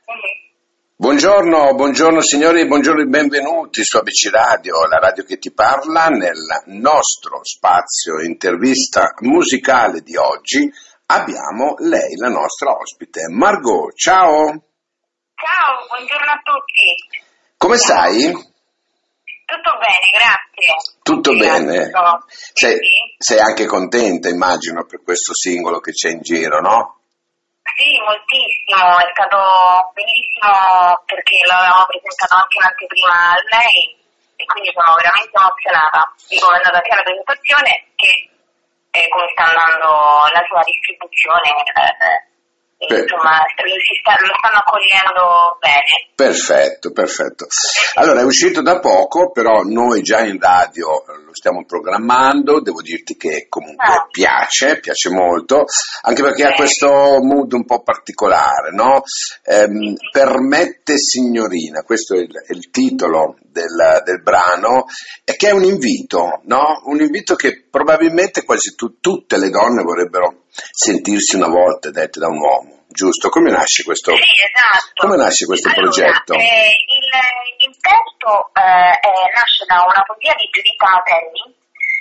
Buongiorno, buongiorno signori, buongiorno e benvenuti su ABC Radio, la radio che ti parla. Nel nostro spazio intervista musicale di oggi abbiamo lei, la nostra ospite, Margot. Ciao! Ciao, buongiorno a tutti. Come stai? Tutto bene, grazie. Tutto bene? Sì. Sei anche contenta, immagino, per questo singolo che c'è in giro, no? Sì, moltissimo, è stato bellissimo perché l'avevamo presentato anche in anteprima a lei e quindi sono veramente emozionata di come è andata sia la presentazione che come sta andando la sua distribuzione. Insomma, lo stanno accogliendo bene. Perfetto. Allora, è uscito da poco, però noi già in radio lo stiamo programmando, devo dirti che comunque piace molto, anche perché ha questo mood un po' particolare, no? Permette signorina, questo è il titolo del brano, e che è un invito, no? Un invito che probabilmente quasi tutte le donne vorrebbero sentirsi una volta dette da un uomo, giusto? Come nasce questo? Sì, esatto. Come nasce questo progetto? Il testo nasce da una poesia di Giuditta Telli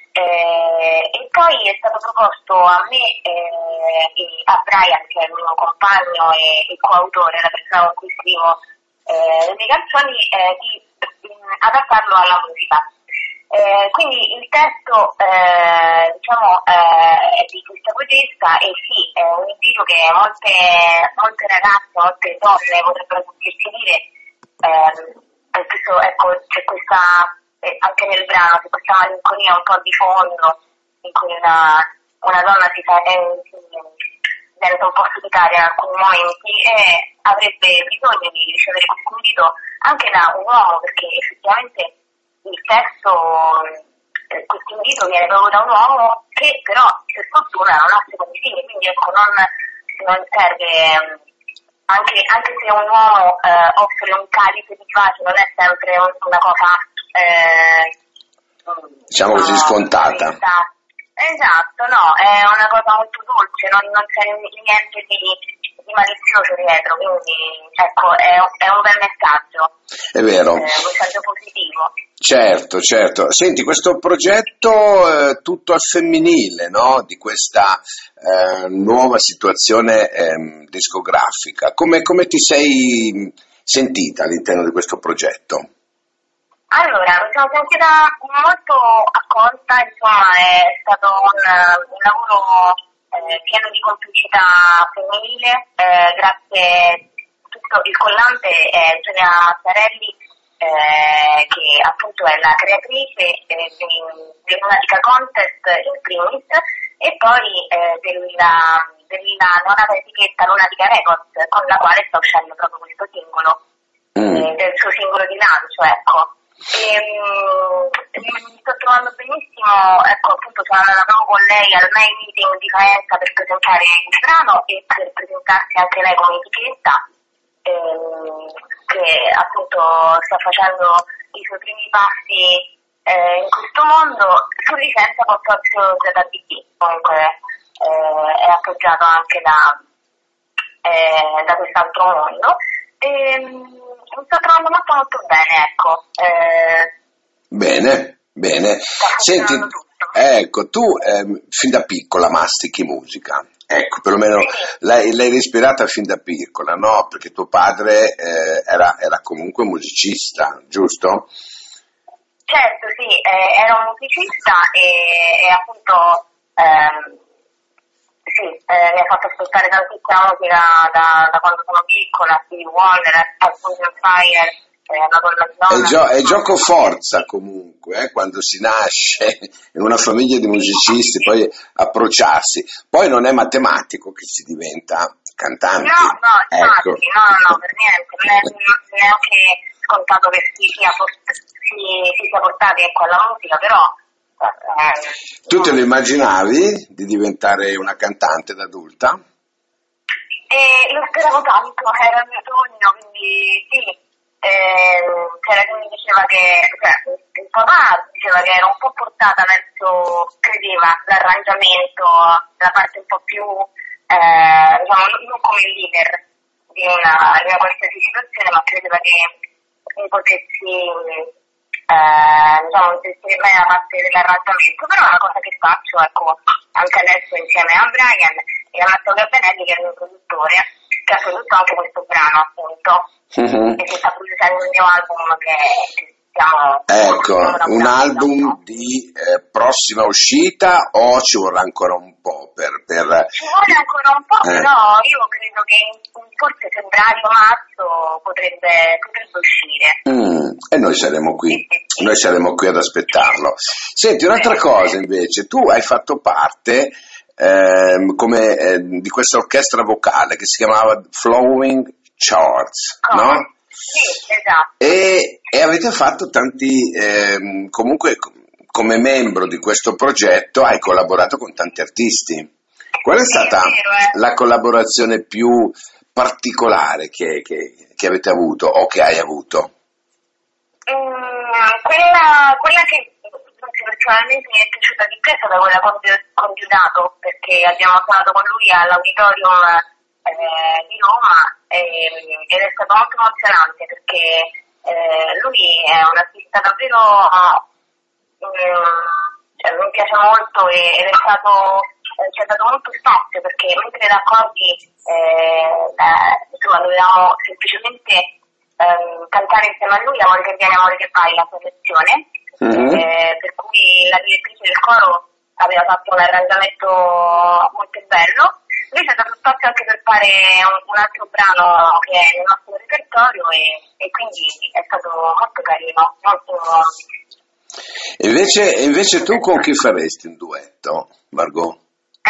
e poi è stato proposto a me e a Brian, che è il mio compagno e coautore, la persona con cui scrivo le mie canzoni, di adattarlo alla musica. Quindi il testo è di questa poetessa e sì, è un invito che molte ragazze, molte donne potrebbero sentirsi dire, spesso ecco c'è questa, anche nel brano, c'è questa malinconia un po' di fondo in cui una donna si sente un po' solitaria in alcuni momenti e avrebbe bisogno di ricevere questo invito anche da un uomo, perché effettivamente il testo, questo invito viene proprio da un uomo che però per fortuna non ha secondi figli, quindi ecco non serve, anche se un uomo offre un calice di pace non è sempre una cosa diciamo così scontata. Esatto, no, è una cosa molto dolce, non c'è niente di malizioso dietro, quindi ecco, è un bel messaggio. È vero. Un messaggio positivo. Certo. Senti, questo progetto tutto al femminile, no? Di questa nuova situazione discografica. Come ti sei sentita all'interno di questo progetto? Allora, mi sono sentita molto accolta, insomma è stato un lavoro pieno di complicità femminile, grazie tutto il collante è Giulia Sarelli, che appunto è la creatrice del Lunatica Contest in primis e poi della nuova etichetta Lunatica Records, con la quale sta uscendo proprio questo singolo, del suo singolo di lancio, ecco. Mi sto trovando benissimo, ecco appunto sono andata proprio con lei al main meeting di Faenza per presentare il brano e per presentarsi anche lei come etichetta, che appunto sta facendo i suoi primi passi in questo mondo su licenza consorzio ZDP, comunque è appoggiato anche da quest'altro mondo. Mi sto trovando molto bene, ecco. Bene. Senti, ecco, tu fin da piccola mastichi musica, ecco, perlomeno l'hai respirata fin da piccola, no? Perché tuo padre era comunque musicista, giusto? Certo, sì, era un musicista e appunto mi ha fatto ascoltare tantissima musica da quando sono piccola, Stevie Wonder, Alfonso Fire, è gioco forza comunque, quando si nasce in una famiglia di musicisti, poi approcciarsi. Poi non è matematico che si diventa cantanti. No, ecco. No, per niente, non è neanche scontato che si sia portati ecco, alla musica, però... Tu te lo immaginavi di diventare una cantante da adulta? Lo speravo tanto, era il mio sogno, quindi sì. C'era chi mi diceva il papà diceva che era un po' portata verso, credeva, l'arrangiamento, la parte un po' più, non come il leader di una qualsiasi situazione, ma credeva che mi potessi diciamo, gestire bene la parte dell'arrangiamento, però è una cosa che faccio, ecco, anche adesso insieme a Brian e a Matteo Gabbanelli, che è il mio produttore, che ha prodotto anche questo brano, appunto, e che sta producendo il mio album che stiamo Ecco, un album di prossima uscita o ci vorrà ancora un po' per... Ci vuole ancora un po', però io credo che forse febbraio-marzo potrebbe uscire. E noi saremo qui, noi saremo qui ad aspettarlo. Senti, un'altra cosa invece, tu hai fatto parte di questa orchestra vocale che si chiamava Flowing Charts, no? Sì, esatto. E avete fatto tanti, comunque come membro di questo progetto hai collaborato con tanti artisti. Qual è stata la collaborazione più particolare che avete avuto o che hai avuto? Quella che personalmente mi è piaciuta di più è stata quella con Diodato, perché abbiamo suonato con lui all'Auditorium di Roma ed è stato molto emozionante perché lui è un artista davvero mi piace molto ed ci ha dato molto spazio, perché mentre da accordi insomma dovevamo semplicemente cantare insieme a lui Amore che viene, amore che vai, la sua sezione, per cui la direttrice del coro aveva fatto un arrangiamento molto bello. Lui ci ha dato spazio anche per fare un altro brano che è nel nostro repertorio e quindi è stato molto carino, molto... E invece tu con chi faresti un duetto, Margot?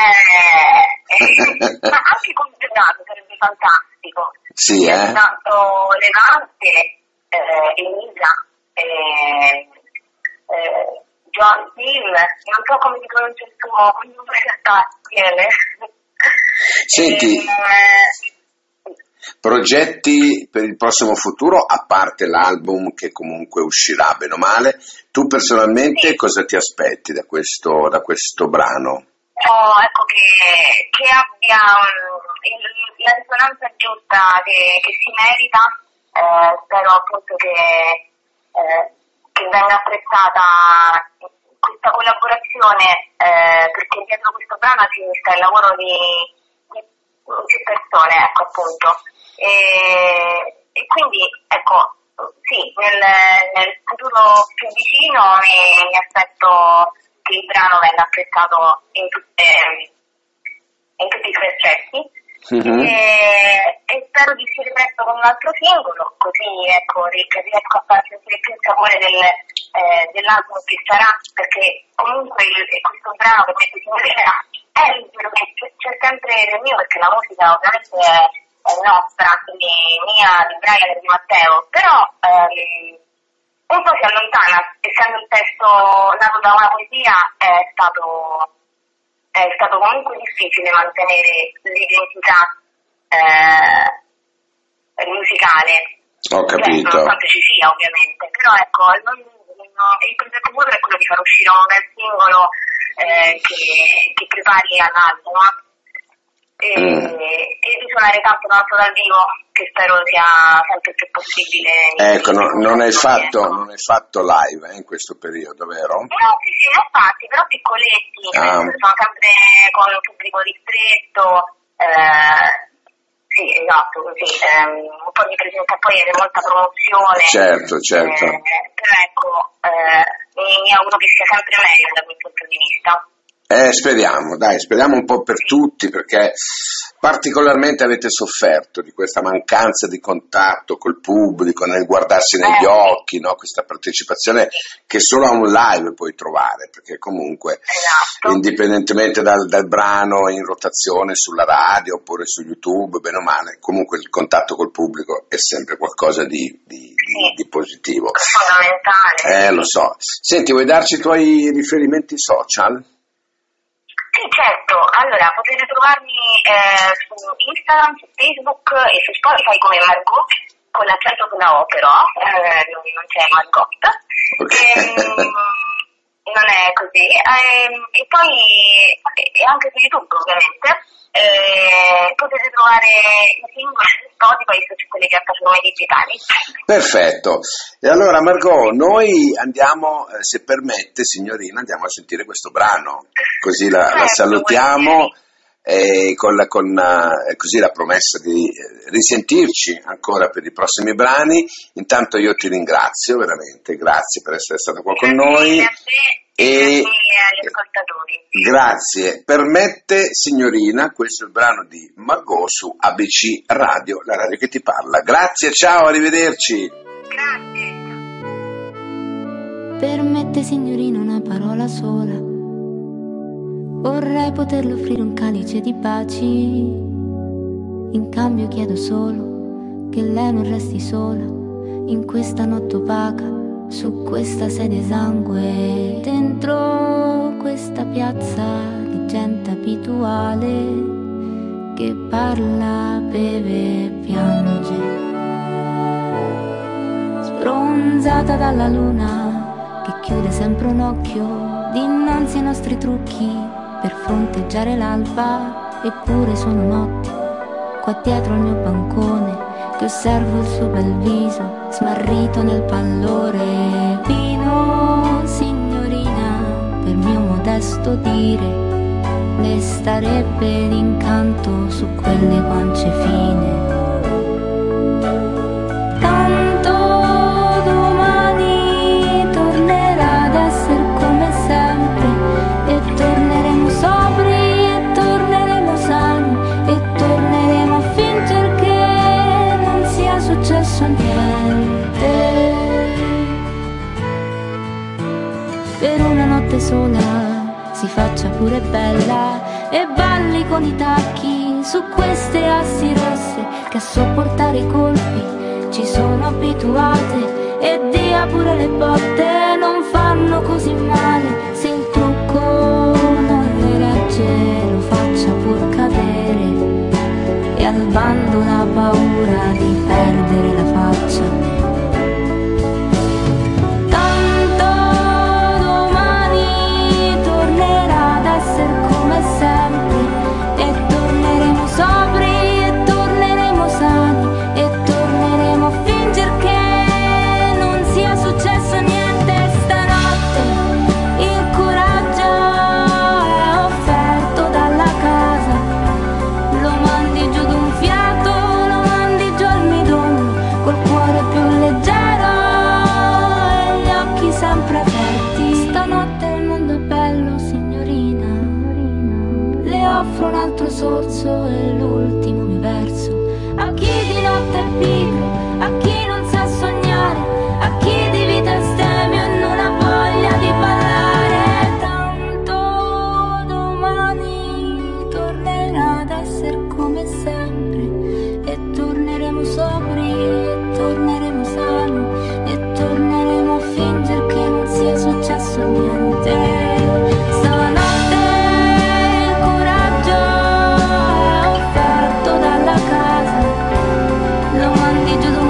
Ma anche con Diodato sarebbe fantastico. Sì, Tanto Levante, Elisa, John Hill, non so come si pronuncia il suo cognome in Senti, progetti per il prossimo futuro, a parte l'album che comunque uscirà bene o male, tu personalmente cosa ti aspetti da questo brano? Ecco che abbia la risonanza giusta che si merita, spero appunto che venga apprezzata questa collaborazione, perché dietro questo brano si sta il lavoro di più persone, ecco appunto, e quindi ecco sì, nel futuro più vicino mi aspetto che il brano venga apprezzato in tutti i suoi aspetti, e spero di uscire presto con un altro singolo, così ecco riesco a far sentire più il sapore dell'album che sarà, perché comunque questo brano che mette signorina è libero, c'è sempre del mio, perché la musica ovviamente è nostra, quindi mia, di Brian e di Matteo, però un po' si allontana, essendo il testo nato da una poesia è stato comunque difficile mantenere l'identità musicale. Ho capito. Nonostante ci sia ovviamente, però ecco, il progetto futuro è quello di far uscire un bel singolo che prepari all'album e di suonare tanto dal vivo, che spero sia sempre più possibile. Ecco, non hai fatto live in questo periodo, vero? No, sì, ne ho fatti, però piccoletti, sono sempre con un pubblico ristretto, sì, esatto, così, un po' di presenza, poi è molta promozione. Certo. Però ecco, mi auguro che sia sempre meglio da quel punto di vista. Speriamo un po' per tutti, perché particolarmente avete sofferto di questa mancanza di contatto col pubblico, nel guardarsi negli occhi, no? Questa partecipazione che solo a un live puoi trovare, perché comunque indipendentemente dal brano in rotazione sulla radio oppure su YouTube, bene o male, comunque il contatto col pubblico è sempre qualcosa di positivo. Fondamentale. Lo so. Senti, vuoi darci i tuoi riferimenti social? Sì, certo. Allora, potete trovarmi su Instagram, su Facebook e su Spotify come Margot, con l'accento sulla O però, non c'è Margot. Okay. non è così. E poi e anche su YouTube ovviamente potete trovare i singoli su Spotify su tutte le piattaforme digitali. Perfetto. E allora Margot, noi andiamo, se permette signorina, andiamo a sentire questo brano, così la salutiamo. Così la promessa di risentirci ancora per i prossimi brani. Intanto io ti ringrazio veramente, grazie per essere stata qua con noi. E agli ascoltatori. Grazie. Permette signorina, questo è il brano di Margot su ABC Radio, la radio che ti parla. Grazie, ciao, arrivederci. Grazie. Permette signorina una parola sola. Vorrei poterle offrire un calice di baci. In cambio chiedo solo che lei non resti sola in questa notte opaca, su questa sedia esangue, dentro questa piazza di gente abituale che parla, beve e piange. Sbronzata dalla luna che chiude sempre un occhio dinanzi ai nostri trucchi per fronteggiare l'alba, eppure sono notti qua dietro al mio bancone che osservo il suo bel viso smarrito nel pallore. Vino, signorina, per mio modesto dire, le starebbe d'incanto su quelle guance fine. Tanto domani tornerà ad essere come sempre e torneremo sobri e torneremo sani e torneremo a fingere che non sia successo niente. Per una notte sola si faccia pure bella e balli con i tacchi su queste assi rosse che a sopportare i colpi ci sono abituate, e dia pure le botte non fanno così male se il trucco non le regge, lo faccia pur cadere e al bando la paura di perdere la faccia. Tanto domani tornerà ad essere come sempre e torneremo sobri e torneremo sani e torneremo a fingere che non sia successo niente. Stanotte il coraggio è offerto dalla casa, lo mandi giù d'un fiato, lo mandi giù al midone, col cuore più leggero e gli occhi sempre aperti. Stanotte il mondo è bello, signorina, le offro un altro sorso e l'ultimo mio verso. A chi di notte è pigro, a chi non sa sognare, a chi di vita è stemio e non ha voglia di parlare. Tanto domani tornerà ad essere come sempre e torneremo sobri e torneremo sani e torneremo a fingere che non sia successo niente. Stanotte il coraggio è offerto dalla casa, lo mandi giù d'un